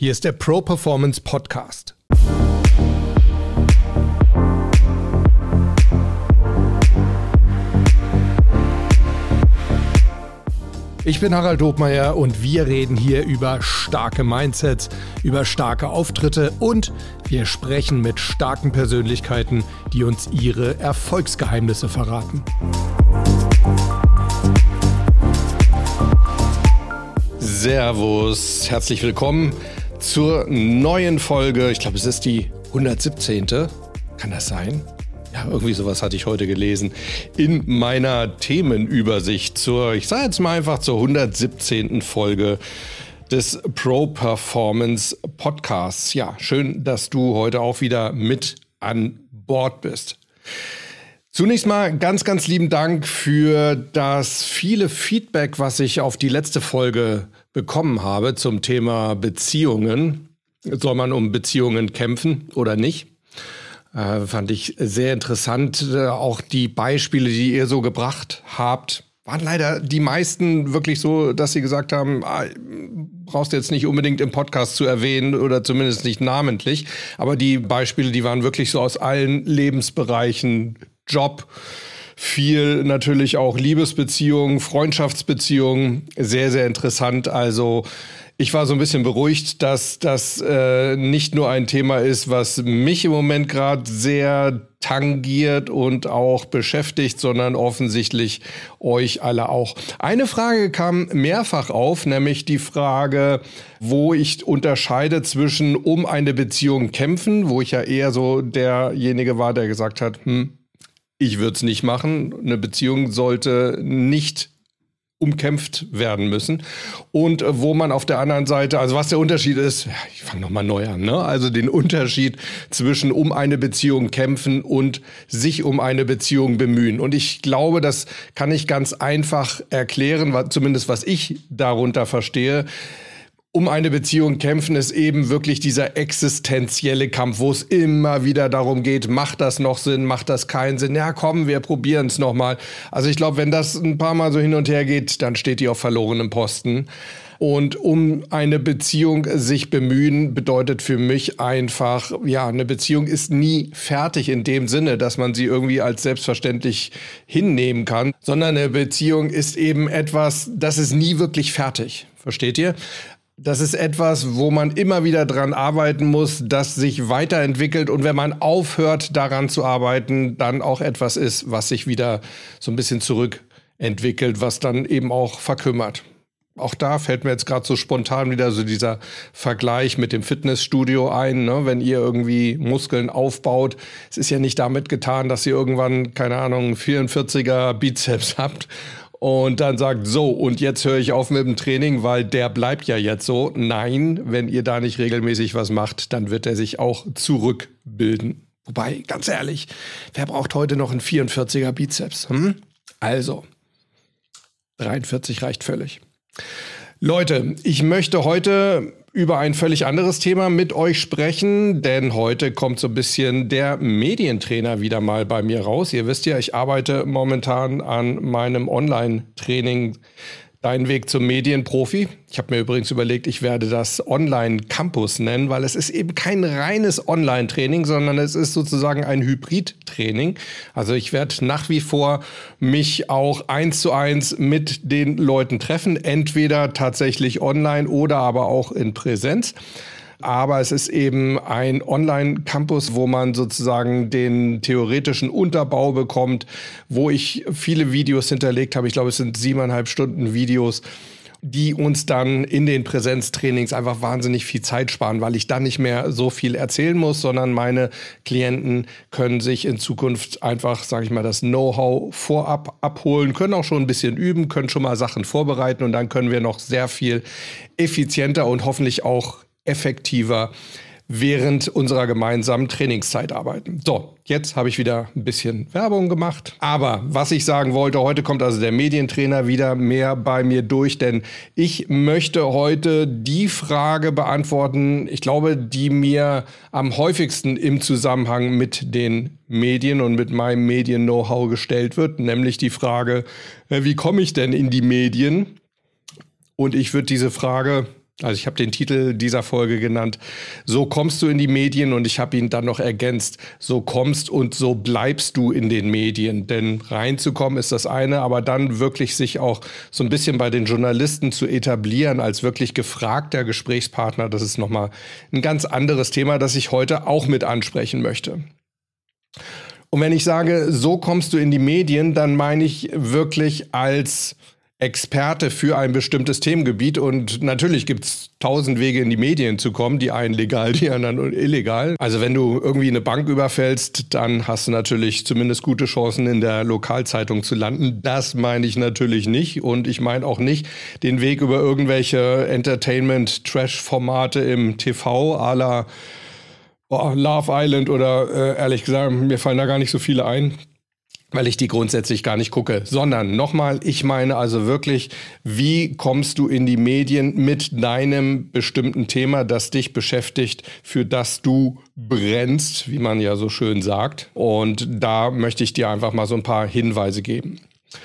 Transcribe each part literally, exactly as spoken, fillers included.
Hier ist der Pro Performance Podcast. Ich bin Harald Dobmeier und wir reden hier über starke Mindsets, über starke Auftritte und wir sprechen mit starken Persönlichkeiten, die uns ihre Erfolgsgeheimnisse verraten. Servus, herzlich willkommen zur neuen Folge. Ich glaube, es ist die hundertsiebzehnte. Kann das sein? Ja, irgendwie sowas hatte ich heute gelesen in meiner Themenübersicht zur, ich sage jetzt mal einfach zur hundertsiebzehnten Folge des Pro Performance Podcasts. Ja, schön, dass du heute auch wieder mit an Bord bist. Zunächst mal ganz, ganz lieben Dank für das viele Feedback, was ich auf die letzte Folge bekommen habe zum Thema Beziehungen. Soll man um Beziehungen kämpfen oder nicht? Äh, fand ich sehr interessant. Äh, auch die Beispiele, die ihr so gebracht habt, waren leider die meisten wirklich so, dass sie gesagt haben, ah, brauchst du jetzt nicht unbedingt im Podcast zu erwähnen oder zumindest nicht namentlich. Aber die Beispiele, die waren wirklich so aus allen Lebensbereichen, Job, viel natürlich auch Liebesbeziehungen, Freundschaftsbeziehungen, sehr, sehr interessant. Also ich war so ein bisschen beruhigt, dass das äh, nicht nur ein Thema ist, was mich im Moment gerade sehr tangiert und auch beschäftigt, sondern offensichtlich euch alle auch. Eine Frage kam mehrfach auf, nämlich die Frage, wo ich unterscheide zwischen um eine Beziehung kämpfen, wo ich ja eher so derjenige war, der gesagt hat, hm, ich würde es nicht machen. Eine Beziehung sollte nicht umkämpft werden müssen. Und wo man auf der anderen Seite, also was der Unterschied ist, ja, ich fange nochmal neu an, ne? Also den Unterschied zwischen um eine Beziehung kämpfen und sich um eine Beziehung bemühen. Und ich glaube, das kann ich ganz einfach erklären, zumindest was ich darunter verstehe. Um eine Beziehung kämpfen ist eben wirklich dieser existenzielle Kampf, wo es immer wieder darum geht, macht das noch Sinn, macht das keinen Sinn? Ja, komm, wir probieren es nochmal. Also ich glaube, wenn das ein paar Mal so hin und her geht, dann steht die auf verlorenem Posten. Und um eine Beziehung sich bemühen, bedeutet für mich einfach, ja, eine Beziehung ist nie fertig in dem Sinne, dass man sie irgendwie als selbstverständlich hinnehmen kann, sondern eine Beziehung ist eben etwas, das ist nie wirklich fertig. Versteht ihr? Das ist etwas, wo man immer wieder dran arbeiten muss, das sich weiterentwickelt und wenn man aufhört, daran zu arbeiten, dann auch etwas ist, was sich wieder so ein bisschen zurückentwickelt, was dann eben auch verkümmert. Auch da fällt mir jetzt gerade so spontan wieder so dieser Vergleich mit dem Fitnessstudio ein, ne? Wenn ihr irgendwie Muskeln aufbaut. Es ist ja nicht damit getan, dass ihr irgendwann, keine Ahnung, vierundvierziger Bizeps habt. Und dann sagt, so, und jetzt höre ich auf mit dem Training, weil der bleibt ja jetzt so. Nein, wenn ihr da nicht regelmäßig was macht, dann wird er sich auch zurückbilden. Wobei, ganz ehrlich, wer braucht heute noch einen vierundvierziger Bizeps? Hm? Also, dreiundvierzig reicht völlig. Leute, ich möchte heute über ein völlig anderes Thema mit euch sprechen, denn heute kommt so ein bisschen der Medientrainer wieder mal bei mir raus. Ihr wisst ja, ich arbeite momentan an meinem Online-Training Dein Weg zum Medienprofi. Ich habe mir übrigens überlegt, ich werde das Online-Campus nennen, weil es ist eben kein reines Online-Training, sondern es ist sozusagen ein Hybrid-Training. Also ich werde nach wie vor mich auch eins zu eins mit den Leuten treffen, entweder tatsächlich online oder aber auch in Präsenz. Aber es ist eben ein Online-Campus, wo man sozusagen den theoretischen Unterbau bekommt, wo ich viele Videos hinterlegt habe. Ich glaube, es sind siebeneinhalb Stunden Videos, die uns dann in den Präsenztrainings einfach wahnsinnig viel Zeit sparen, weil ich dann nicht mehr so viel erzählen muss, sondern meine Klienten können sich in Zukunft einfach, sage ich mal, das Know-how vorab abholen, können auch schon ein bisschen üben, können schon mal Sachen vorbereiten und dann können wir noch sehr viel effizienter und hoffentlich auch effektiver während unserer gemeinsamen Trainingszeit arbeiten. So, jetzt habe ich wieder ein bisschen Werbung gemacht. Aber was ich sagen wollte, heute kommt also der Medientrainer wieder mehr bei mir durch, denn ich möchte heute die Frage beantworten, ich glaube, die mir am häufigsten im Zusammenhang mit den Medien und mit meinem Medien-Know-how gestellt wird, nämlich die Frage, wie komme ich denn in die Medien? Und ich würde diese Frage Also ich habe den Titel dieser Folge genannt, so kommst du in die Medien, und ich habe ihn dann noch ergänzt, so kommst und so bleibst du in den Medien. Denn reinzukommen ist das eine, aber dann wirklich sich auch so ein bisschen bei den Journalisten zu etablieren als wirklich gefragter Gesprächspartner, das ist nochmal ein ganz anderes Thema, das ich heute auch mit ansprechen möchte. Und wenn ich sage, so kommst du in die Medien, dann meine ich wirklich als Experte für ein bestimmtes Themengebiet. Und natürlich gibt es tausend Wege, in die Medien zu kommen, die einen legal, die anderen illegal. Also wenn du irgendwie eine Bank überfällst, dann hast du natürlich zumindest gute Chancen, in der Lokalzeitung zu landen. Das meine ich natürlich nicht. Und ich meine auch nicht den Weg über irgendwelche Entertainment-Trash-Formate im T V à la oh, Love Island oder äh, ehrlich gesagt, mir fallen da gar nicht so viele ein, weil ich die grundsätzlich gar nicht gucke, sondern nochmal, ich meine also wirklich, wie kommst du in die Medien mit deinem bestimmten Thema, das dich beschäftigt, für das du brennst, wie man ja so schön sagt. Und da möchte ich dir einfach mal so ein paar Hinweise geben.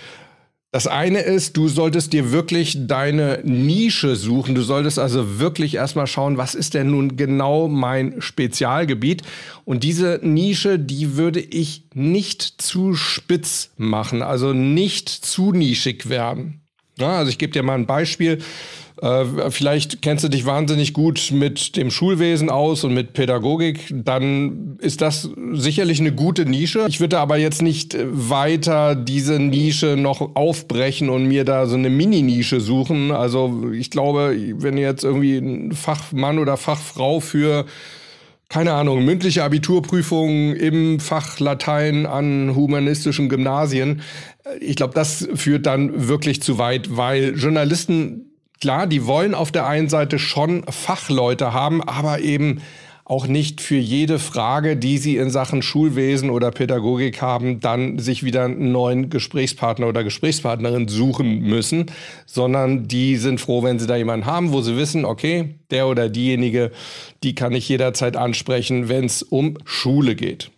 Das eine ist, du solltest dir wirklich deine Nische suchen. Du solltest also wirklich erstmal schauen, was ist denn nun genau mein Spezialgebiet? Und diese Nische, die würde ich nicht zu spitz machen, also nicht zu nischig werden. Ja, also ich gebe dir mal ein Beispiel. Äh, vielleicht kennst du dich wahnsinnig gut mit dem Schulwesen aus und mit Pädagogik, dann ist das sicherlich eine gute Nische. Ich würde aber jetzt nicht weiter diese Nische noch aufbrechen und mir da so eine Mini-Nische suchen. Also ich glaube, wenn du jetzt irgendwie ein Fachmann oder Fachfrau für keine Ahnung, mündliche Abiturprüfungen im Fach Latein an humanistischen Gymnasien, ich glaube, das führt dann wirklich zu weit, weil Journalisten, klar, die wollen auf der einen Seite schon Fachleute haben, aber eben auch nicht für jede Frage, die sie in Sachen Schulwesen oder Pädagogik haben, dann sich wieder einen neuen Gesprächspartner oder Gesprächspartnerin suchen müssen, sondern die sind froh, wenn sie da jemanden haben, wo sie wissen, okay, der oder diejenige, die kann ich jederzeit ansprechen, wenn es um Schule geht.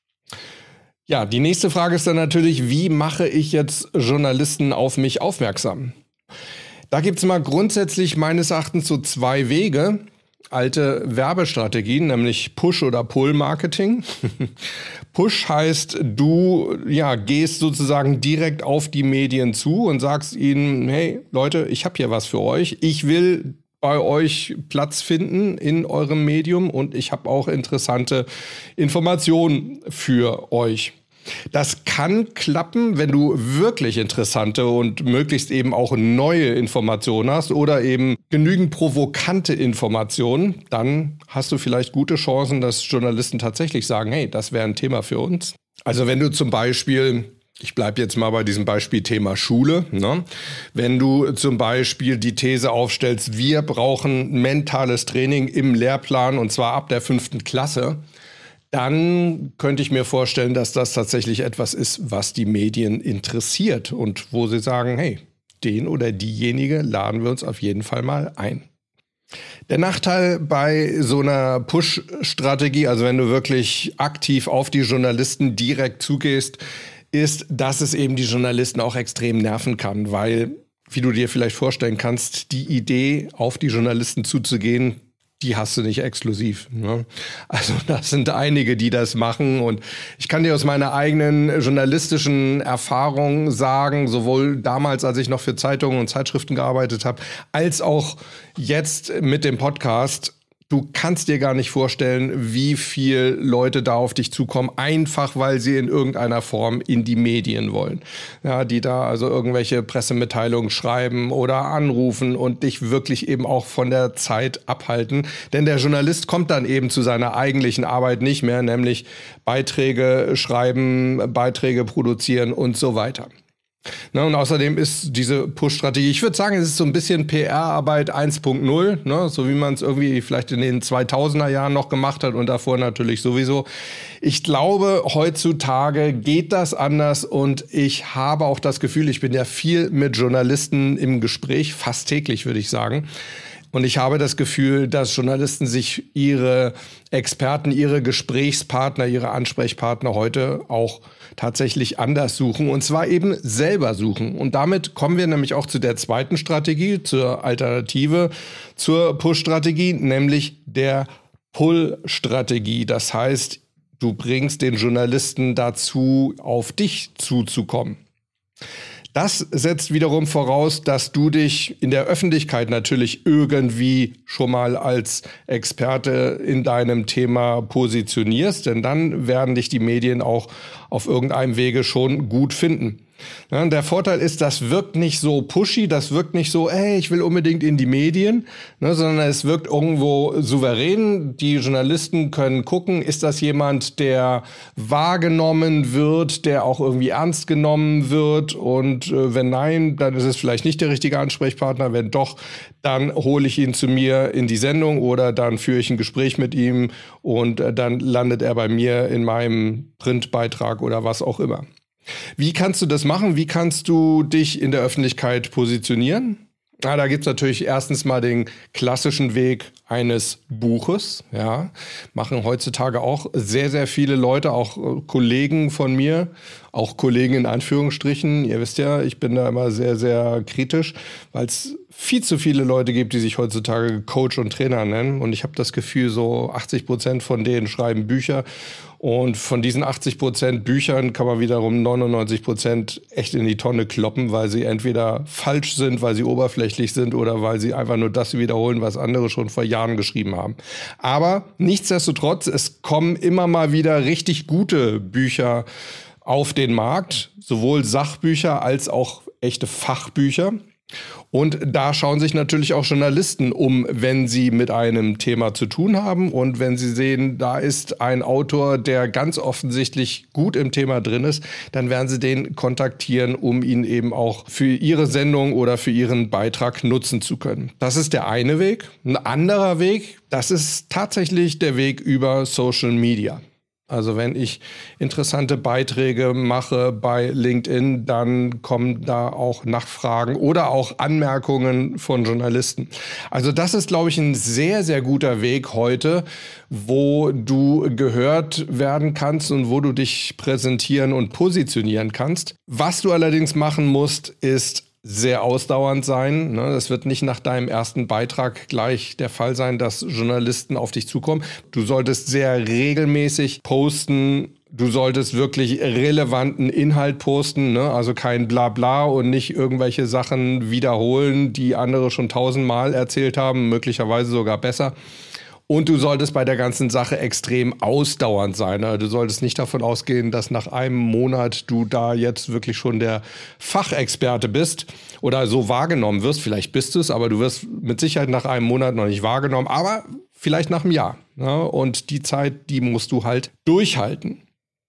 Ja, die nächste Frage ist dann natürlich, wie mache ich jetzt Journalisten auf mich aufmerksam? Da gibt es mal grundsätzlich meines Erachtens so zwei Wege, alte Werbestrategien, nämlich Push- oder Pull-Marketing. Push heißt, du ja, gehst sozusagen direkt auf die Medien zu und sagst ihnen, hey Leute, ich habe hier was für euch. Ich will bei euch Platz finden in eurem Medium und ich habe auch interessante Informationen für euch. Das kann klappen, wenn du wirklich interessante und möglichst eben auch neue Informationen hast oder eben genügend provokante Informationen. Dann hast du vielleicht gute Chancen, dass Journalisten tatsächlich sagen, hey, das wäre ein Thema für uns. Also wenn du zum Beispiel, ich bleibe jetzt mal bei diesem Beispiel Thema Schule, ne? Wenn du zum Beispiel die These aufstellst, wir brauchen mentales Training im Lehrplan und zwar ab der fünften Klasse, dann könnte ich mir vorstellen, dass das tatsächlich etwas ist, was die Medien interessiert und wo sie sagen, hey, den oder diejenige laden wir uns auf jeden Fall mal ein. Der Nachteil bei so einer Push-Strategie, also wenn du wirklich aktiv auf die Journalisten direkt zugehst, ist, dass es eben die Journalisten auch extrem nerven kann, weil, wie du dir vielleicht vorstellen kannst, die Idee, auf die Journalisten zuzugehen, die hast du nicht exklusiv. Ne? Also das sind einige, die das machen und ich kann dir aus meiner eigenen journalistischen Erfahrung sagen, sowohl damals, als ich noch für Zeitungen und Zeitschriften gearbeitet habe, als auch jetzt mit dem Podcast, du kannst dir gar nicht vorstellen, wie viel Leute da auf dich zukommen, einfach weil sie in irgendeiner Form in die Medien wollen. Ja, die da also irgendwelche Pressemitteilungen schreiben oder anrufen und dich wirklich eben auch von der Zeit abhalten. Denn der Journalist kommt dann eben zu seiner eigentlichen Arbeit nicht mehr, nämlich Beiträge schreiben, Beiträge produzieren und so weiter. Ne, und außerdem ist diese Push-Strategie, ich würde sagen, es ist so ein bisschen P R-Arbeit eins Punkt null, ne, so wie man es irgendwie vielleicht in den zweitausender Jahren noch gemacht hat und davor natürlich sowieso. Ich glaube, heutzutage geht das anders und ich habe auch das Gefühl, ich bin ja viel mit Journalisten im Gespräch, fast täglich würde ich sagen. Und ich habe das Gefühl, dass Journalisten sich ihre Experten, ihre Gesprächspartner, ihre Ansprechpartner heute auch tatsächlich anders suchen, und zwar eben selber suchen. Und damit kommen wir nämlich auch zu der zweiten Strategie, zur Alternative zur Push-Strategie, nämlich der Pull-Strategie. Das heißt, du bringst den Journalisten dazu, auf dich zuzukommen. Das setzt wiederum voraus, dass du dich in der Öffentlichkeit natürlich irgendwie schon mal als Experte in deinem Thema positionierst, denn dann werden dich die Medien auch auf irgendeinem Wege schon gut finden. Ja, der Vorteil ist, das wirkt nicht so pushy, das wirkt nicht so, ey, ich will unbedingt in die Medien, ne, sondern es wirkt irgendwo souverän. Die Journalisten können gucken, ist das jemand, der wahrgenommen wird, der auch irgendwie ernst genommen wird, und äh, wenn nein, dann ist es vielleicht nicht der richtige Ansprechpartner. Wenn doch, dann hole ich ihn zu mir in die Sendung oder dann führe ich ein Gespräch mit ihm und äh, dann landet er bei mir in meinem Printbeitrag oder was auch immer. Wie kannst du das machen? Wie kannst du dich in der Öffentlichkeit positionieren? Ja, da gibt's natürlich erstens mal den klassischen Weg eines Buches. Ja, machen heutzutage auch sehr, sehr viele Leute, auch äh, Kollegen von mir, auch Kollegen in Anführungsstrichen. Ihr wisst ja, ich bin da immer sehr, sehr kritisch, weil es viel zu viele Leute gibt, die sich heutzutage Coach und Trainer nennen. Und ich habe das Gefühl, so achtzig Prozent von denen schreiben Bücher. Und von diesen achtzig Prozent Büchern kann man wiederum neunundneunzig Prozent echt in die Tonne kloppen, weil sie entweder falsch sind, weil sie oberflächlich sind oder weil sie einfach nur das wiederholen, was andere schon vor Jahren geschrieben haben. Aber nichtsdestotrotz, es kommen immer mal wieder richtig gute Bücher auf den Markt, sowohl Sachbücher als auch echte Fachbücher. Und da schauen sich natürlich auch Journalisten um, wenn sie mit einem Thema zu tun haben und wenn sie sehen, da ist ein Autor, der ganz offensichtlich gut im Thema drin ist, dann werden sie den kontaktieren, um ihn eben auch für ihre Sendung oder für ihren Beitrag nutzen zu können. Das ist der eine Weg. Ein anderer Weg, das ist tatsächlich der Weg über Social Media. Also wenn ich interessante Beiträge mache bei LinkedIn, dann kommen da auch Nachfragen oder auch Anmerkungen von Journalisten. Also das ist, glaube ich, ein sehr, sehr guter Weg heute, wo du gehört werden kannst und wo du dich präsentieren und positionieren kannst. Was du allerdings machen musst, ist sehr ausdauernd sein. Das wird nicht nach deinem ersten Beitrag gleich der Fall sein, dass Journalisten auf dich zukommen. Du solltest sehr regelmäßig posten. Du solltest wirklich relevanten Inhalt posten, also kein Blabla und nicht irgendwelche Sachen wiederholen, die andere schon tausendmal erzählt haben, möglicherweise sogar besser. Und du solltest bei der ganzen Sache extrem ausdauernd sein. Du solltest nicht davon ausgehen, dass nach einem Monat du da jetzt wirklich schon der Fachexperte bist oder so wahrgenommen wirst. Vielleicht bist du es, aber du wirst mit Sicherheit nach einem Monat noch nicht wahrgenommen, aber vielleicht nach einem Jahr. Und die Zeit, die musst du halt durchhalten.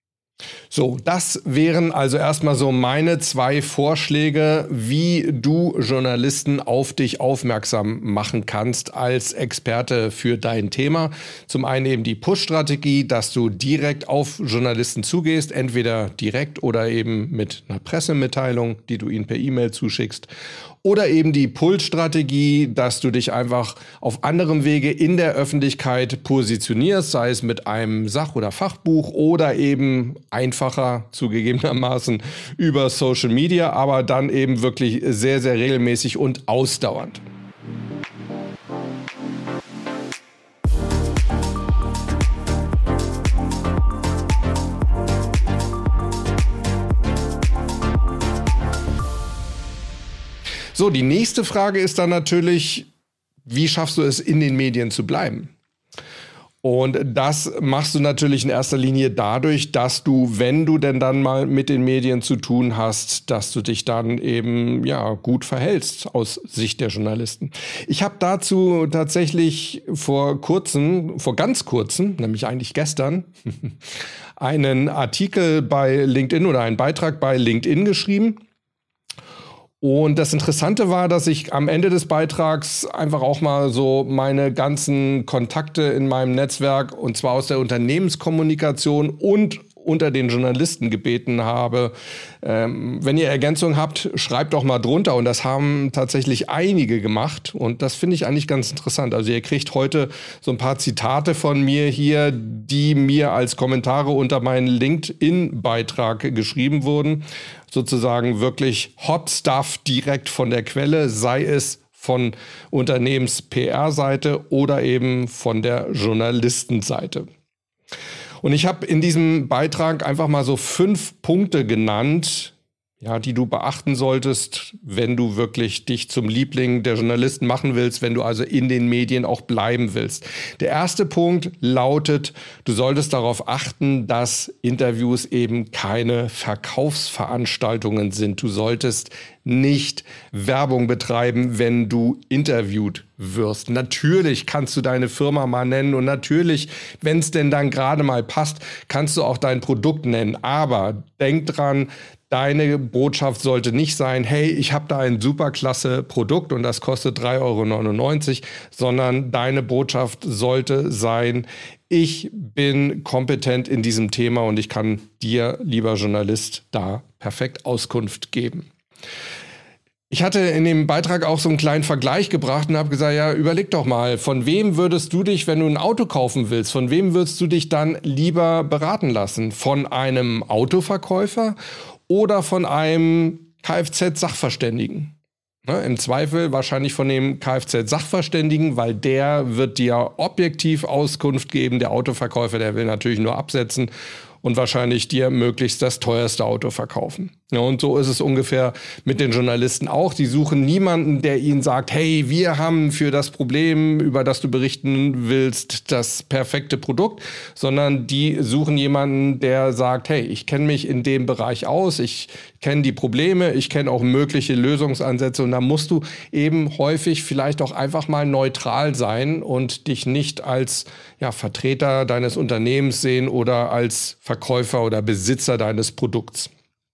So, das wären also erstmal so meine zwei Vorschläge, wie du Journalisten auf dich aufmerksam machen kannst als Experte für dein Thema. Zum einen eben die Push-Strategie, dass du direkt auf Journalisten zugehst, entweder direkt oder eben mit einer Pressemitteilung, die du ihnen per E-Mail zuschickst. Oder eben die Pull-Strategie, dass du dich einfach auf anderem Wege in der Öffentlichkeit positionierst, sei es mit einem Sach- oder Fachbuch oder eben einfacher zugegebenermaßen über Social Media, aber dann eben wirklich sehr, sehr regelmäßig und ausdauernd. So, die nächste Frage ist dann natürlich, wie schaffst du es, in den Medien zu bleiben? Und das machst du natürlich in erster Linie dadurch, dass du, wenn du denn dann mal mit den Medien zu tun hast, dass du dich dann eben ja gut verhältst aus Sicht der Journalisten. Ich habe dazu tatsächlich vor kurzem, vor ganz kurzem, nämlich eigentlich gestern, einen Artikel bei LinkedIn oder einen Beitrag bei LinkedIn geschrieben. Und das Interessante war, dass ich am Ende des Beitrags einfach auch mal so meine ganzen Kontakte in meinem Netzwerk, und zwar aus der Unternehmenskommunikation und unter den Journalisten gebeten habe, ähm, wenn ihr Ergänzungen habt, schreibt doch mal drunter. Und das haben tatsächlich einige gemacht. Und das finde ich eigentlich ganz interessant. Also ihr kriegt heute so ein paar Zitate von mir hier, die mir als Kommentare unter meinen LinkedIn-Beitrag geschrieben wurden. Sozusagen wirklich Hot Stuff direkt von der Quelle, sei es von Unternehmens-P R-Seite oder eben von der Journalistenseite. Und ich habe in diesem Beitrag einfach mal so fünf Punkte genannt, ja, die du beachten solltest, wenn du wirklich dich zum Liebling der Journalisten machen willst, wenn du also in den Medien auch bleiben willst. Der erste Punkt lautet, du solltest darauf achten, dass Interviews eben keine Verkaufsveranstaltungen sind. Du solltest nicht Werbung betreiben, wenn du interviewt wirst. Natürlich kannst du deine Firma mal nennen und natürlich, wenn es denn dann gerade mal passt, kannst du auch dein Produkt nennen. Aber denk dran, deine Botschaft sollte nicht sein, hey, ich habe da ein superklasse Produkt und das kostet drei Euro neunundneunzig, sondern deine Botschaft sollte sein, ich bin kompetent in diesem Thema und ich kann dir, lieber Journalist, da perfekt Auskunft geben. Ich hatte in dem Beitrag auch so einen kleinen Vergleich gebracht und habe gesagt, ja, überleg doch mal, von wem würdest du dich, wenn du ein Auto kaufen willst, von wem würdest du dich dann lieber beraten lassen? Von einem Autoverkäufer oder von einem Kfz-Sachverständigen? Ne, im Zweifel wahrscheinlich von dem Kfz-Sachverständigen, weil der wird dir objektiv Auskunft geben. Der Autoverkäufer, der will natürlich nur absetzen und wahrscheinlich dir möglichst das teuerste Auto verkaufen. Ja, und so ist es ungefähr mit den Journalisten auch. Die suchen niemanden, der ihnen sagt, hey, wir haben für das Problem, über das du berichten willst, das perfekte Produkt, sondern die suchen jemanden, der sagt, hey, ich kenne mich in dem Bereich aus, ich kenne die Probleme, ich kenne auch mögliche Lösungsansätze und da musst du eben häufig vielleicht auch einfach mal neutral sein und dich nicht als ja, Vertreter deines Unternehmens sehen oder als Verkäufer oder Besitzer deines Produkts.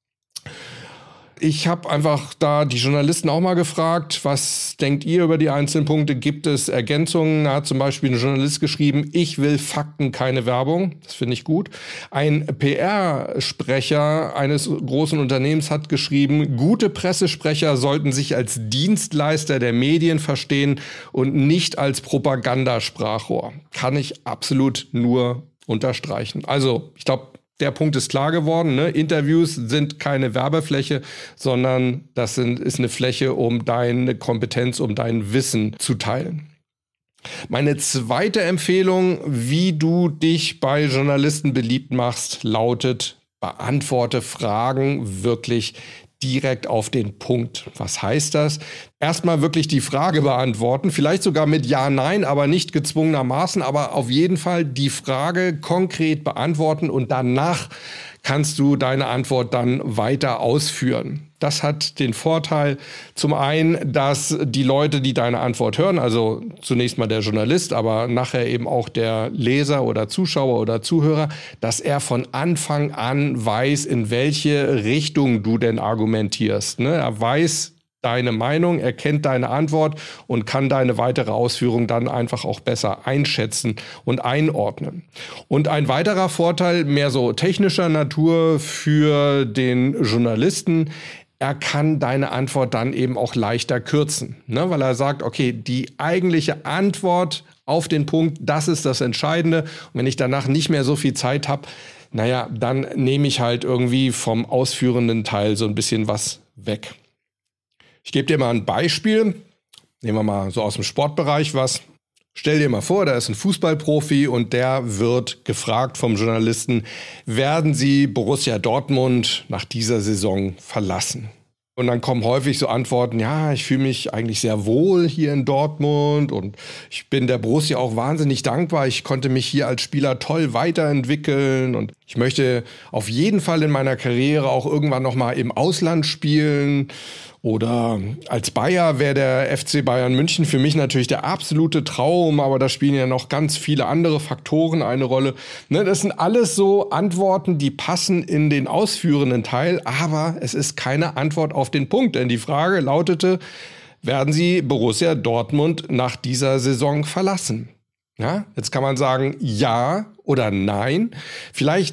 Ich habe einfach da die Journalisten auch mal gefragt, was denkt ihr über die einzelnen Punkte? Gibt es Ergänzungen? Da hat zum Beispiel ein Journalist geschrieben, ich will Fakten, keine Werbung. Das finde ich gut. Ein P R-Sprecher eines großen Unternehmens hat geschrieben, gute Pressesprecher sollten sich als Dienstleister der Medien verstehen und nicht als Propagandasprachrohr. Kann ich absolut nur unterstreichen. Also, ich glaube, der Punkt ist klar geworden, ne? Interviews sind keine Werbefläche, sondern das sind, ist eine Fläche, um deine Kompetenz, um dein Wissen zu teilen. Meine zweite Empfehlung, wie du dich bei Journalisten beliebt machst, lautet, beantworte Fragen wirklich direkt auf den Punkt. Was heißt das? Erstmal wirklich die Frage beantworten, vielleicht sogar mit Ja, Nein, aber nicht gezwungenermaßen, aber auf jeden Fall die Frage konkret beantworten und danach kannst du deine Antwort dann weiter ausführen. Das hat den Vorteil zum einen, dass die Leute, die deine Antwort hören, also zunächst mal der Journalist, aber nachher eben auch der Leser oder Zuschauer oder Zuhörer, dass er von Anfang an weiß, in welche Richtung du denn argumentierst. Ne? Er weiß deine Meinung, er kennt deine Antwort und kann deine weitere Ausführung dann einfach auch besser einschätzen und einordnen. Und ein weiterer Vorteil, mehr so technischer Natur für den Journalisten, er kann deine Antwort dann eben auch leichter kürzen, ne? Weil er sagt, okay, die eigentliche Antwort auf den Punkt, das ist das Entscheidende. Und wenn ich danach nicht mehr so viel Zeit habe, naja, dann nehme ich halt irgendwie vom ausführenden Teil so ein bisschen was weg. Ich gebe dir mal ein Beispiel. Nehmen wir mal so aus dem Sportbereich was. Stell dir mal vor, da ist ein Fußballprofi und der wird gefragt vom Journalisten, werden Sie Borussia Dortmund nach dieser Saison verlassen? Und dann kommen häufig so Antworten, ja, ich fühle mich eigentlich sehr wohl hier in Dortmund und ich bin der Borussia auch wahnsinnig dankbar. Ich konnte mich hier als Spieler toll weiterentwickeln und ich möchte auf jeden Fall in meiner Karriere auch irgendwann nochmal im Ausland spielen. Oder als Bayer wäre der F C Bayern München für mich natürlich der absolute Traum, aber da spielen ja noch ganz viele andere Faktoren eine Rolle. Ne, das sind alles so Antworten, die passen in den ausführenden Teil, aber es ist keine Antwort auf den Punkt, denn die Frage lautete, werden Sie Borussia Dortmund nach dieser Saison verlassen? Ja, jetzt kann man sagen, ja oder nein. Vielleicht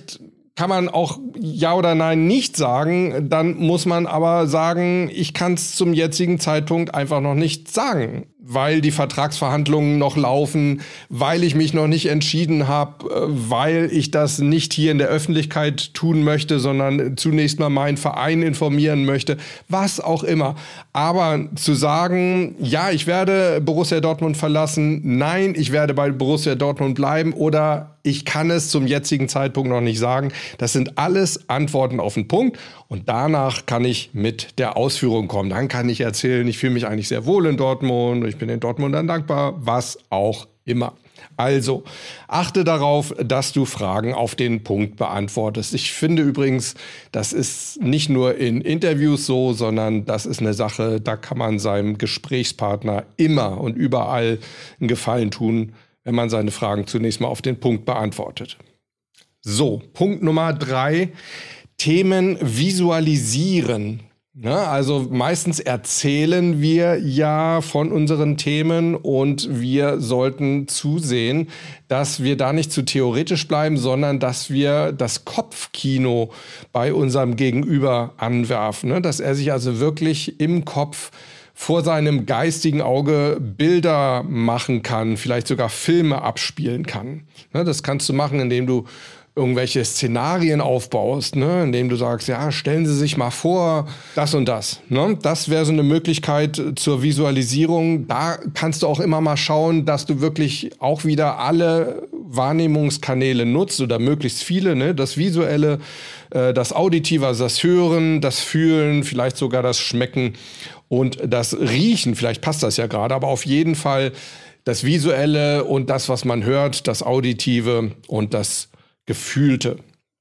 kann man auch Ja oder Nein nicht sagen. Dann muss man aber sagen, ich kann es zum jetzigen Zeitpunkt einfach noch nicht sagen, weil die Vertragsverhandlungen noch laufen, weil ich mich noch nicht entschieden habe, weil ich das nicht hier in der Öffentlichkeit tun möchte, sondern zunächst mal meinen Verein informieren möchte, was auch immer. Aber zu sagen, ja, ich werde Borussia Dortmund verlassen, nein, ich werde bei Borussia Dortmund bleiben oder ich kann es zum jetzigen Zeitpunkt noch nicht sagen. Das sind alles Antworten auf den Punkt und danach kann ich mit der Ausführung kommen. Dann kann ich erzählen, ich fühle mich eigentlich sehr wohl in Dortmund, ich bin den Dortmundern dankbar, was auch immer. Also, achte darauf, dass du Fragen auf den Punkt beantwortest. Ich finde übrigens, das ist nicht nur in Interviews so, sondern das ist eine Sache, da kann man seinem Gesprächspartner immer und überall einen Gefallen tun, wenn man seine Fragen zunächst mal auf den Punkt beantwortet. So, Punkt Nummer drei, Themen visualisieren. Ja, also meistens erzählen wir ja von unseren Themen und wir sollten zusehen, dass wir da nicht zu theoretisch bleiben, sondern dass wir das Kopfkino bei unserem Gegenüber anwerfen, ne? Dass er sich also wirklich im Kopf vor seinem geistigen Auge Bilder machen kann, vielleicht sogar Filme abspielen kann. Ne? Das kannst du machen, indem du irgendwelche Szenarien aufbaust, ne, indem du sagst, ja, stellen Sie sich mal vor, das und das. Ne? Das wäre so eine Möglichkeit zur Visualisierung. Da kannst du auch immer mal schauen, dass du wirklich auch wieder alle Wahrnehmungskanäle nutzt oder möglichst viele, ne? Das Visuelle, äh, das Auditive, also das Hören, das Fühlen, vielleicht sogar das Schmecken und das Riechen. Vielleicht passt das ja gerade, aber auf jeden Fall das Visuelle und das, was man hört, das Auditive und das Gefühlte.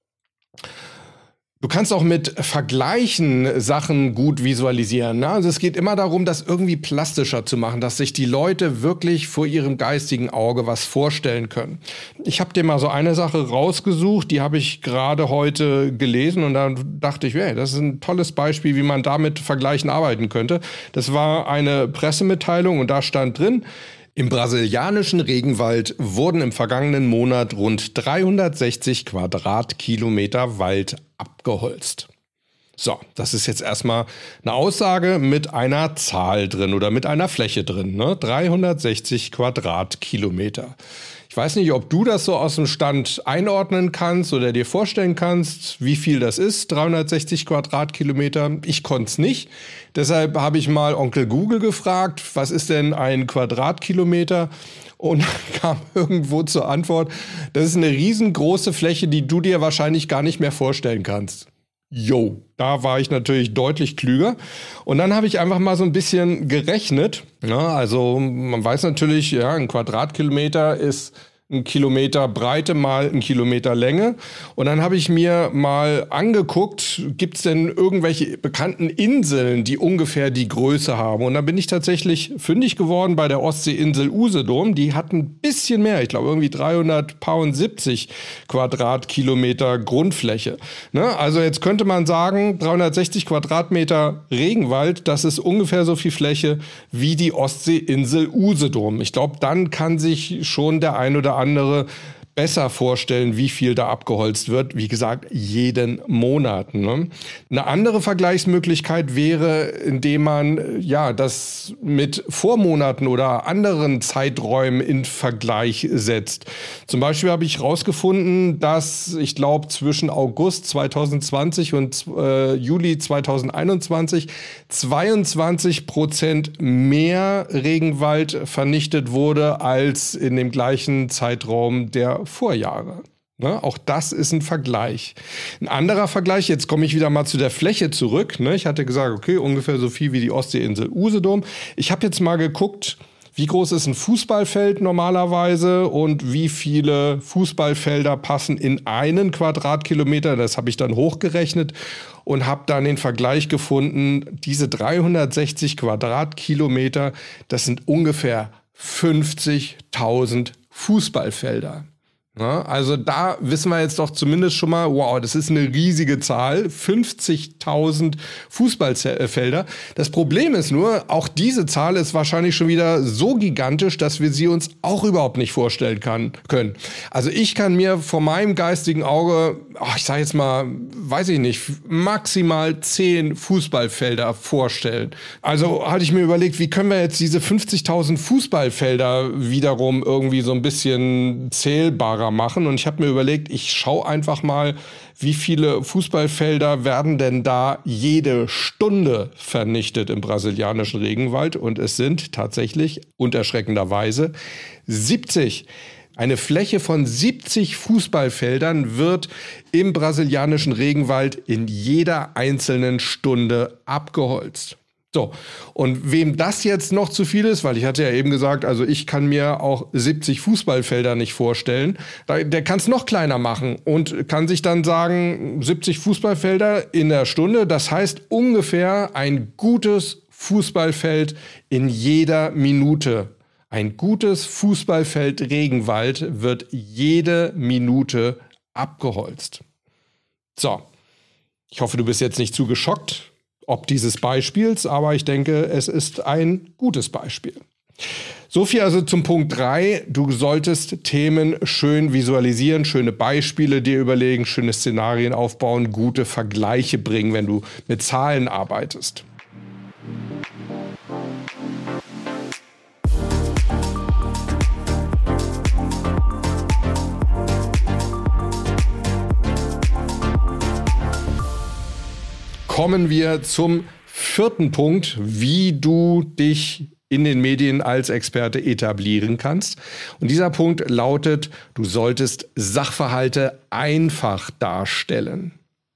Du kannst auch mit Vergleichen Sachen gut visualisieren. Ne? Also es geht immer darum, das irgendwie plastischer zu machen, dass sich die Leute wirklich vor ihrem geistigen Auge was vorstellen können. Ich habe dir mal so eine Sache rausgesucht, die habe ich gerade heute gelesen und da dachte ich, hey, das ist ein tolles Beispiel, wie man damit Vergleichen arbeiten könnte. Das war eine Pressemitteilung und da stand drin, im brasilianischen Regenwald wurden im vergangenen Monat rund dreihundertsechzig Quadratkilometer Wald abgeholzt. So, das ist jetzt erstmal eine Aussage mit einer Zahl drin oder mit einer Fläche drin, ne? dreihundertsechzig Quadratkilometer. Ich weiß nicht, ob du das so aus dem Stand einordnen kannst oder dir vorstellen kannst, wie viel das ist, dreihundertsechzig Quadratkilometer. Ich konnte es nicht. Deshalb habe ich mal Onkel Google gefragt, was ist denn ein Quadratkilometer? Und kam irgendwo zur Antwort, das ist eine riesengroße Fläche, die du dir wahrscheinlich gar nicht mehr vorstellen kannst. Jo, da war ich natürlich deutlich klüger. Und dann habe ich einfach mal so ein bisschen gerechnet. Ja, also man weiß natürlich, ja, ein Quadratkilometer ist ein Kilometer Breite mal ein Kilometer Länge. Und dann habe ich mir mal angeguckt, gibt es denn irgendwelche bekannten Inseln, die ungefähr die Größe haben? Und da bin ich tatsächlich fündig geworden bei der Ostseeinsel Usedom. Die hat ein bisschen mehr, ich glaube irgendwie dreihundertsiebzig Quadratkilometer Grundfläche. Ne? Also jetzt könnte man sagen, dreihundertsechzig Quadratmeter Regenwald, das ist ungefähr so viel Fläche wie die Ostseeinsel Usedom. Ich glaube, dann kann sich schon der ein oder andere besser vorstellen, wie viel da abgeholzt wird. Wie gesagt, jeden Monat. Ne? Eine andere Vergleichsmöglichkeit wäre, indem man ja das mit Vormonaten oder anderen Zeiträumen in Vergleich setzt. Zum Beispiel habe ich rausgefunden, dass ich glaube zwischen August zweitausendzwanzig und äh, Juli zweitausendeinundzwanzig zweiundzwanzig Prozent mehr Regenwald vernichtet wurde als in dem gleichen Zeitraum der Vorjahre. Ne? Auch das ist ein Vergleich. Ein anderer Vergleich, jetzt komme ich wieder mal zu der Fläche zurück. Ne? Ich hatte gesagt, okay, ungefähr so viel wie die Ostseeinsel Usedom. Ich habe jetzt mal geguckt, wie groß ist ein Fußballfeld normalerweise und wie viele Fußballfelder passen in einen Quadratkilometer. Das habe ich dann hochgerechnet und habe dann den Vergleich gefunden, diese dreihundertsechzig Quadratkilometer, das sind ungefähr fünfzigtausend Fußballfelder. Ja, also da wissen wir jetzt doch zumindest schon mal, wow, das ist eine riesige Zahl, fünfzigtausend Fußballfelder. Das Problem ist nur, auch diese Zahl ist wahrscheinlich schon wieder so gigantisch, dass wir sie uns auch überhaupt nicht vorstellen kann, können. Also ich kann mir vor meinem geistigen Auge, oh, ich sage jetzt mal, weiß ich nicht, maximal zehn Fußballfelder vorstellen. Also hatte ich mir überlegt, wie können wir jetzt diese fünfzigtausend Fußballfelder wiederum irgendwie so ein bisschen zählbarer machen. Und ich habe mir überlegt, ich schaue einfach mal, wie viele Fußballfelder werden denn da jede Stunde vernichtet im brasilianischen Regenwald. Und es sind tatsächlich unerschreckenderweise siebzig. Eine Fläche von siebzig Fußballfeldern wird im brasilianischen Regenwald in jeder einzelnen Stunde abgeholzt. So, und wem das jetzt noch zu viel ist, weil ich hatte ja eben gesagt, also ich kann mir auch siebzig Fußballfelder nicht vorstellen, der kann es noch kleiner machen und kann sich dann sagen, siebzig Fußballfelder in der Stunde, das heißt ungefähr ein gutes Fußballfeld in jeder Minute. Ein gutes Fußballfeld Regenwald wird jede Minute abgeholzt. So, ich hoffe, du bist jetzt nicht zu geschockt ob dieses Beispiels, aber ich denke, es ist ein gutes Beispiel. So viel also zum Punkt drei. Du solltest Themen schön visualisieren, schöne Beispiele dir überlegen, schöne Szenarien aufbauen, gute Vergleiche bringen, wenn du mit Zahlen arbeitest. Kommen wir zum vierten Punkt, wie du dich in den Medien als Experte etablieren kannst. Und dieser Punkt lautet, du solltest Sachverhalte einfach darstellen.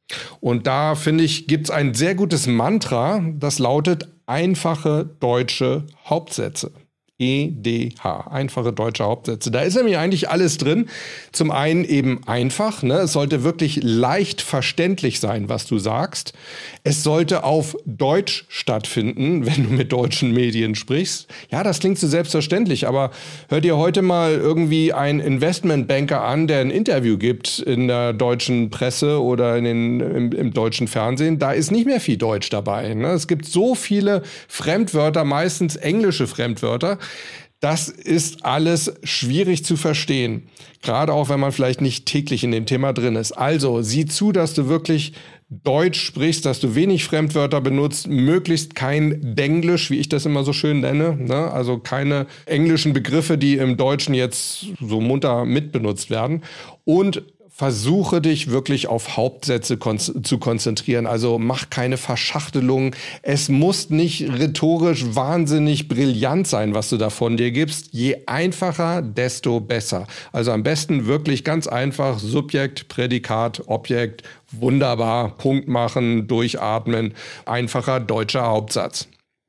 Und da, finde ich, gibt es ein sehr gutes Mantra, das lautet einfache deutsche Hauptsätze. E D H, einfache deutsche Hauptsätze. Da ist nämlich eigentlich alles drin. Zum einen eben einfach, ne? Es sollte wirklich leicht verständlich sein, was du sagst. Es sollte auf Deutsch stattfinden, wenn du mit deutschen Medien sprichst. Ja, das klingt so selbstverständlich, aber hör dir heute mal irgendwie einen Investmentbanker an, der ein Interview gibt in der deutschen Presse oder in den, im, im deutschen Fernsehen. Da ist nicht mehr viel Deutsch dabei, ne? Es gibt so viele Fremdwörter, meistens englische Fremdwörter. Das ist alles schwierig zu verstehen, gerade auch wenn man vielleicht nicht täglich in dem Thema drin ist. Also sieh zu, dass du wirklich Deutsch sprichst, dass du wenig Fremdwörter benutzt, möglichst kein Denglisch, wie ich das immer so schön nenne, ne? Also keine englischen Begriffe, die im Deutschen jetzt so munter mitbenutzt werden. Und versuche dich wirklich auf Hauptsätze kon- zu konzentrieren. Also mach keine Verschachtelung. Es muss nicht rhetorisch wahnsinnig brillant sein, was du da von dir gibst. Je einfacher, desto besser. Also am besten wirklich ganz einfach Subjekt, Prädikat, Objekt. Wunderbar. Punkt machen, durchatmen. Einfacher deutscher Hauptsatz.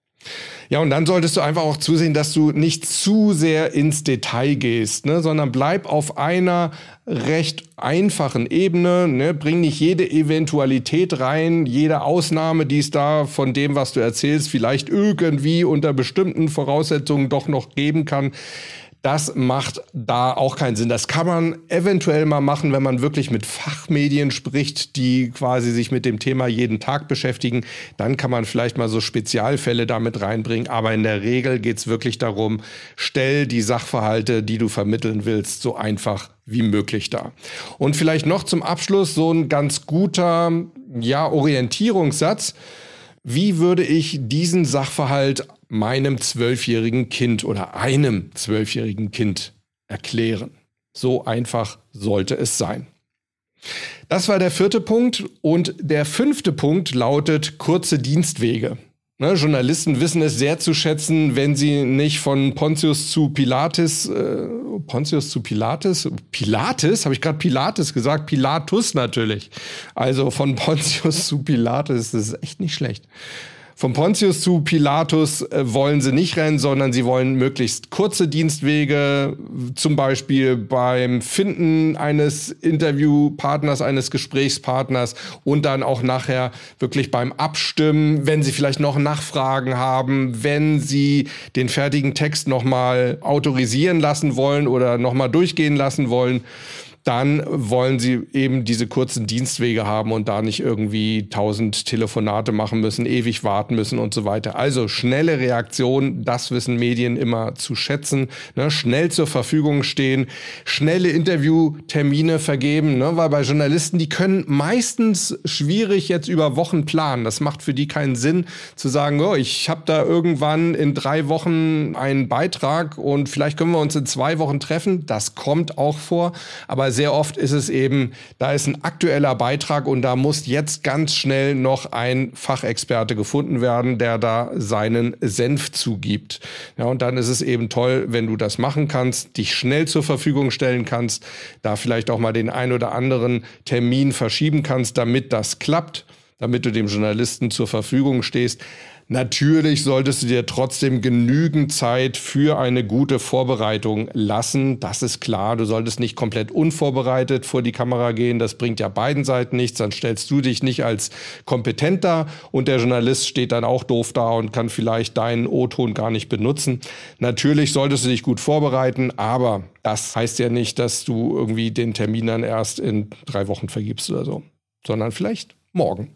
Ja, und dann solltest du einfach auch zusehen, dass du nicht zu sehr ins Detail gehst, ne, sondern bleib auf einer recht einfachen Ebene, ne, bring nicht jede Eventualität rein, jede Ausnahme, die es da von dem, was du erzählst, vielleicht irgendwie unter bestimmten Voraussetzungen doch noch geben kann. Das macht da auch keinen Sinn. Das kann man eventuell mal machen, wenn man wirklich mit Fachmedien spricht, die quasi sich mit dem Thema jeden Tag beschäftigen. Dann kann man vielleicht mal so Spezialfälle damit reinbringen. Aber in der Regel geht es wirklich darum, stell die Sachverhalte, die du vermitteln willst, so einfach wie möglich dar. Und vielleicht noch zum Abschluss so ein ganz guter, ja, Orientierungssatz. Wie würde ich diesen Sachverhalt meinem zwölfjährigen Kind oder einem zwölfjährigen Kind erklären? So einfach sollte es sein. Das war der vierte Punkt. Und der fünfte Punkt lautet kurze Dienstwege. Ne, Journalisten wissen es sehr zu schätzen, wenn sie nicht von Pontius zu Pilatus, äh, Pontius zu Pilatus, Pilatus, habe ich gerade Pilatus gesagt? Pilatus natürlich. Also von Pontius zu Pilatus, das ist echt nicht schlecht. Vom Pontius zu Pilatus äh, wollen sie nicht rennen, sondern sie wollen möglichst kurze Dienstwege, zum Beispiel beim Finden eines Interviewpartners, eines Gesprächspartners und dann auch nachher wirklich beim Abstimmen, wenn sie vielleicht noch Nachfragen haben, wenn sie den fertigen Text nochmal autorisieren lassen wollen oder nochmal durchgehen lassen wollen. Dann wollen sie eben diese kurzen Dienstwege haben und da nicht irgendwie tausend Telefonate machen müssen, ewig warten müssen und so weiter. Also schnelle Reaktion, das wissen Medien immer zu schätzen. Ne? Schnell zur Verfügung stehen, schnelle Interviewtermine vergeben, ne? Weil bei Journalisten, die können meistens schwierig jetzt über Wochen planen. Das macht für die keinen Sinn zu sagen, oh, ich habe da irgendwann in drei Wochen einen Beitrag und vielleicht können wir uns in zwei Wochen treffen. Das kommt auch vor, aber sehr oft ist es eben, da ist ein aktueller Beitrag und da muss jetzt ganz schnell noch ein Fachexperte gefunden werden, der da seinen Senf zugibt. Ja, und dann ist es eben toll, wenn du das machen kannst, dich schnell zur Verfügung stellen kannst, da vielleicht auch mal den ein oder anderen Termin verschieben kannst, damit das klappt, damit du dem Journalisten zur Verfügung stehst. Natürlich solltest du dir trotzdem genügend Zeit für eine gute Vorbereitung lassen. Das ist klar. Du solltest nicht komplett unvorbereitet vor die Kamera gehen. Das bringt ja beiden Seiten nichts. Dann stellst du dich nicht als kompetent dar und der Journalist steht dann auch doof da und kann vielleicht deinen O-Ton gar nicht benutzen. Natürlich solltest du dich gut vorbereiten, aber das heißt ja nicht, dass du irgendwie den Termin dann erst in drei Wochen vergibst oder so, sondern vielleicht morgen.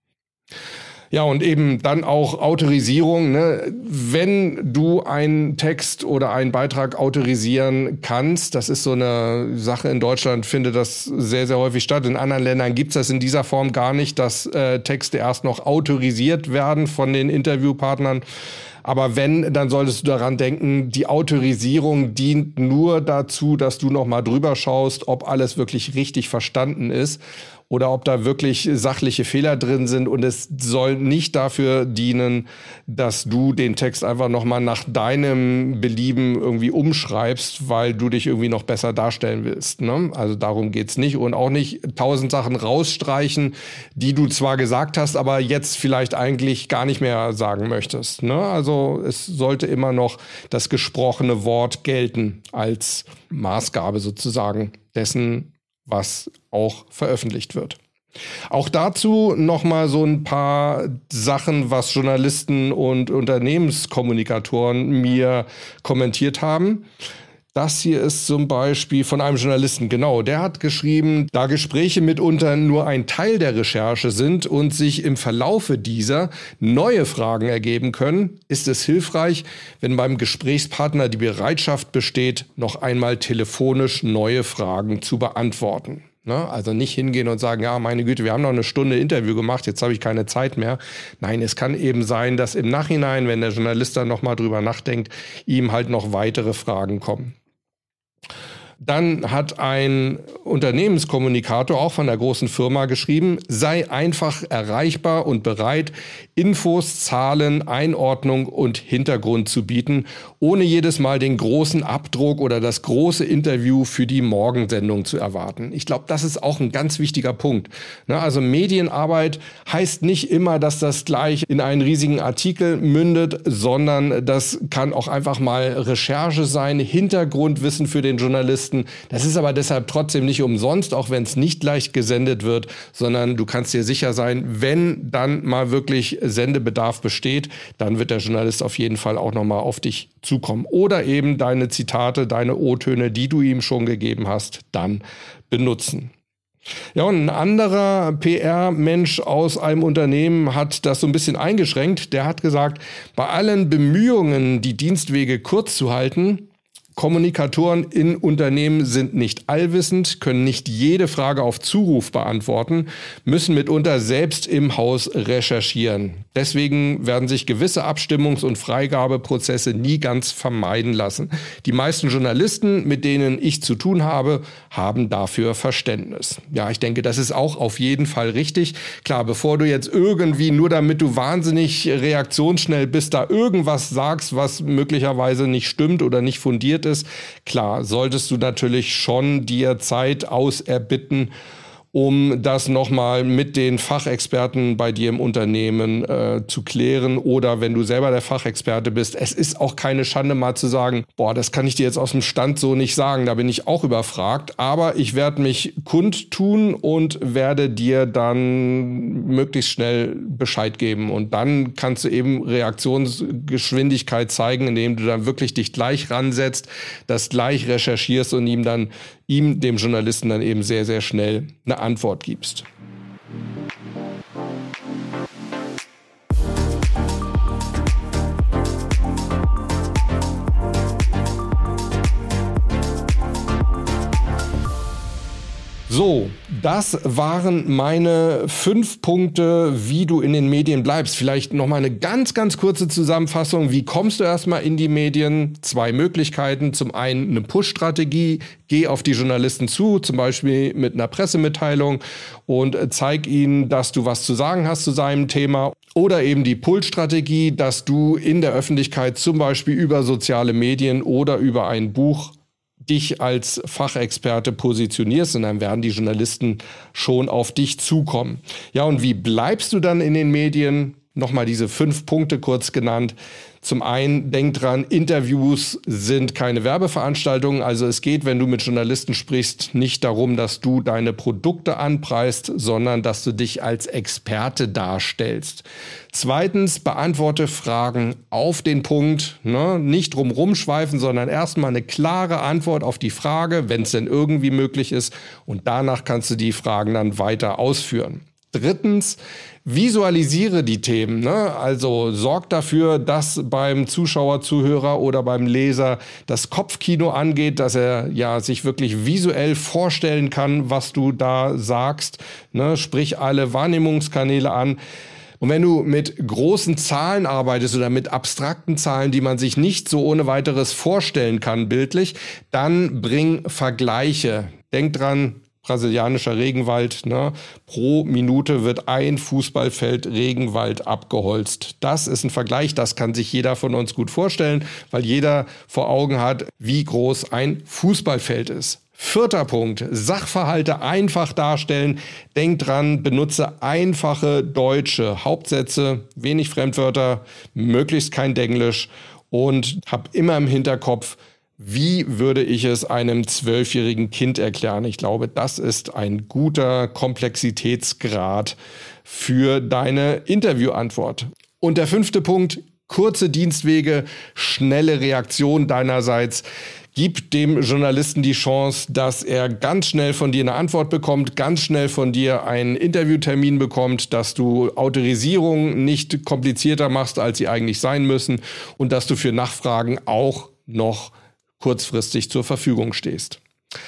Ja, und eben dann auch Autorisierung, ne? Wenn du einen Text oder einen Beitrag autorisieren kannst, das ist so eine Sache in Deutschland, findet das sehr, sehr häufig statt. In anderen Ländern gibt's das in dieser Form gar nicht, dass äh, Texte erst noch autorisiert werden von den Interviewpartnern. Aber wenn, dann solltest du daran denken, die Autorisierung dient nur dazu, dass du noch mal drüber schaust, ob alles wirklich richtig verstanden ist oder ob da wirklich sachliche Fehler drin sind. Und es soll nicht dafür dienen, dass du den Text einfach noch mal nach deinem Belieben irgendwie umschreibst, weil du dich irgendwie noch besser darstellen willst. Ne? Also darum geht's nicht. Und auch nicht tausend Sachen rausstreichen, die du zwar gesagt hast, aber jetzt vielleicht eigentlich gar nicht mehr sagen möchtest. Ne? Also es sollte immer noch das gesprochene Wort gelten als Maßgabe sozusagen dessen, was auch veröffentlicht wird. Auch dazu nochmal so ein paar Sachen, was Journalisten und Unternehmenskommunikatoren mir kommentiert haben. Das hier ist zum Beispiel von einem Journalisten, genau, der hat geschrieben, da Gespräche mitunter nur ein Teil der Recherche sind und sich im Verlaufe dieser neue Fragen ergeben können, ist es hilfreich, wenn beim Gesprächspartner die Bereitschaft besteht, noch einmal telefonisch neue Fragen zu beantworten. Also nicht hingehen und sagen, ja, meine Güte, wir haben noch eine Stunde Interview gemacht, jetzt habe ich keine Zeit mehr. Nein, es kann eben sein, dass im Nachhinein, wenn der Journalist dann nochmal drüber nachdenkt, ihm halt noch weitere Fragen kommen. Dann hat ein Unternehmenskommunikator auch von der großen Firma geschrieben, sei einfach erreichbar und bereit, Infos, Zahlen, Einordnung und Hintergrund zu bieten, ohne jedes Mal den großen Abdruck oder das große Interview für die Morgensendung zu erwarten. Ich glaube, das ist auch ein ganz wichtiger Punkt. Also Medienarbeit heißt nicht immer, dass das gleich in einen riesigen Artikel mündet, sondern das kann auch einfach mal Recherche sein, Hintergrundwissen für den Journalisten. Das ist aber deshalb trotzdem nicht umsonst, auch wenn es nicht leicht gesendet wird, sondern du kannst dir sicher sein, wenn dann mal wirklich Sendebedarf besteht, dann wird der Journalist auf jeden Fall auch nochmal auf dich zukommen. Oder eben deine Zitate, deine O-Töne, die du ihm schon gegeben hast, dann benutzen. Ja, und ein anderer P R-Mensch aus einem Unternehmen hat das so ein bisschen eingeschränkt. Der hat gesagt, bei allen Bemühungen, die Dienstwege kurz zu halten, Kommunikatoren in Unternehmen sind nicht allwissend, können nicht jede Frage auf Zuruf beantworten, müssen mitunter selbst im Haus recherchieren. Deswegen werden sich gewisse Abstimmungs- und Freigabeprozesse nie ganz vermeiden lassen. Die meisten Journalisten, mit denen ich zu tun habe, haben dafür Verständnis. Ja, ich denke, das ist auch auf jeden Fall richtig. Klar, bevor du jetzt irgendwie, nur damit du wahnsinnig reaktionsschnell bist, da irgendwas sagst, was möglicherweise nicht stimmt oder nicht fundiert ist, klar, solltest du natürlich schon dir Zeit auserbitten um das nochmal mit den Fachexperten bei dir im Unternehmen äh, zu klären. Oder wenn du selber der Fachexperte bist, es ist auch keine Schande mal zu sagen, boah, das kann ich dir jetzt aus dem Stand so nicht sagen, da bin ich auch überfragt. Aber ich werde mich kundtun und werde dir dann möglichst schnell Bescheid geben. Und dann kannst du eben Reaktionsgeschwindigkeit zeigen, indem du dann wirklich dich gleich ransetzt, das gleich recherchierst und ihm dann, ihm, dem Journalisten dann eben sehr, sehr schnell eine Antwort gibst. So, das waren meine fünf Punkte, wie du in den Medien bleibst. Vielleicht nochmal eine ganz, ganz kurze Zusammenfassung. Wie kommst du erstmal in die Medien? Zwei Möglichkeiten. Zum einen eine Push-Strategie. Geh auf die Journalisten zu, zum Beispiel mit einer Pressemitteilung und zeig ihnen, dass du was zu sagen hast zu seinem Thema. Oder eben die Pull-Strategie, dass du in der Öffentlichkeit zum Beispiel über soziale Medien oder über ein Buch dich als Fachexperte positionierst und dann werden die Journalisten schon auf dich zukommen. Ja, und wie bleibst du dann in den Medien? Nochmal diese fünf Punkte kurz genannt. Zum einen, denk dran, Interviews sind keine Werbeveranstaltungen. Also es geht, wenn du mit Journalisten sprichst, nicht darum, dass du deine Produkte anpreist, sondern dass du dich als Experte darstellst. Zweitens, beantworte Fragen auf den Punkt. Ne? Nicht drum rumschweifen, sondern erstmal eine klare Antwort auf die Frage, wenn es denn irgendwie möglich ist. Und danach kannst du die Fragen dann weiter ausführen. Drittens, visualisiere die Themen. Ne? Also sorg dafür, dass beim Zuschauer, Zuhörer oder beim Leser das Kopfkino angeht, dass er ja sich wirklich visuell vorstellen kann, was du da sagst. Ne? Sprich alle Wahrnehmungskanäle an. Und wenn du mit großen Zahlen arbeitest oder mit abstrakten Zahlen, die man sich nicht so ohne weiteres vorstellen kann bildlich, dann bring Vergleiche. Denk dran, brasilianischer Regenwald, ne? Pro Minute wird ein Fußballfeld Regenwald abgeholzt. Das ist ein Vergleich, das kann sich jeder von uns gut vorstellen, weil jeder vor Augen hat, wie groß ein Fußballfeld ist. Vierter Punkt, Sachverhalte einfach darstellen. Denk dran, benutze einfache deutsche Hauptsätze, wenig Fremdwörter, möglichst kein Denglisch und hab immer im Hinterkopf, wie würde ich es einem zwölfjährigen Kind erklären? Ich glaube, das ist ein guter Komplexitätsgrad für deine Interviewantwort. Und der fünfte Punkt, kurze Dienstwege, schnelle Reaktion deinerseits. Gib dem Journalisten die Chance, dass er ganz schnell von dir eine Antwort bekommt, ganz schnell von dir einen Interviewtermin bekommt, dass du Autorisierungen nicht komplizierter machst, als sie eigentlich sein müssen und dass du für Nachfragen auch noch kurzfristig zur Verfügung stehst.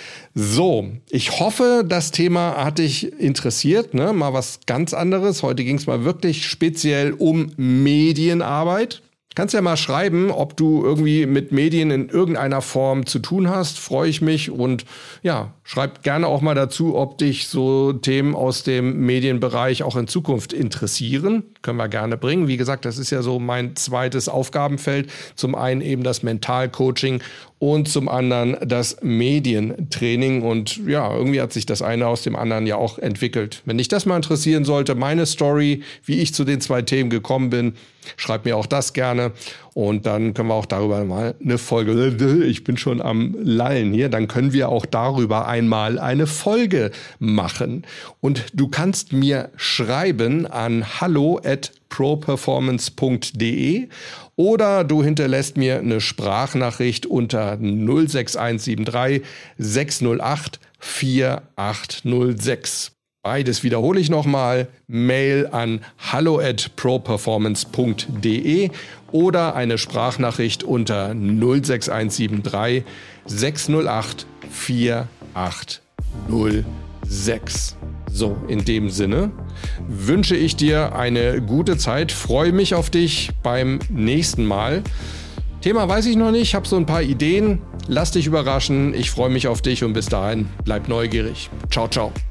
So, ich hoffe, das Thema hat dich interessiert, ne? Mal was ganz anderes. Heute ging es mal wirklich speziell um Medienarbeit. Kannst ja mal schreiben, ob du irgendwie mit Medien in irgendeiner Form zu tun hast. Freue ich mich und ja, schreib gerne auch mal dazu, ob dich so Themen aus dem Medienbereich auch in Zukunft interessieren. Können wir gerne bringen. Wie gesagt, das ist ja so mein zweites Aufgabenfeld. Zum einen eben das Mentalcoaching und zum anderen das Medientraining. Und ja, irgendwie hat sich das eine aus dem anderen ja auch entwickelt. Wenn dich das mal interessieren sollte, meine Story, wie ich zu den zwei Themen gekommen bin, schreib mir auch das gerne. Und dann können wir auch darüber mal eine Folge, ich bin schon am Lallen hier, dann können wir auch darüber einmal eine Folge machen. Und du kannst mir schreiben an hallo at properformance punkt de oder du hinterlässt mir eine Sprachnachricht unter null sechs eins sieben drei sechs null acht vier acht null sechs. Beides wiederhole ich nochmal, Mail an hallo at properformance punkt de oder eine Sprachnachricht unter null sechs eins sieben drei sechs null acht vier acht null sechs. So, in dem Sinne wünsche ich dir eine gute Zeit, freue mich auf dich beim nächsten Mal. Thema weiß ich noch nicht, habe so ein paar Ideen, lass dich überraschen, ich freue mich auf dich und bis dahin, bleib neugierig. Ciao, ciao.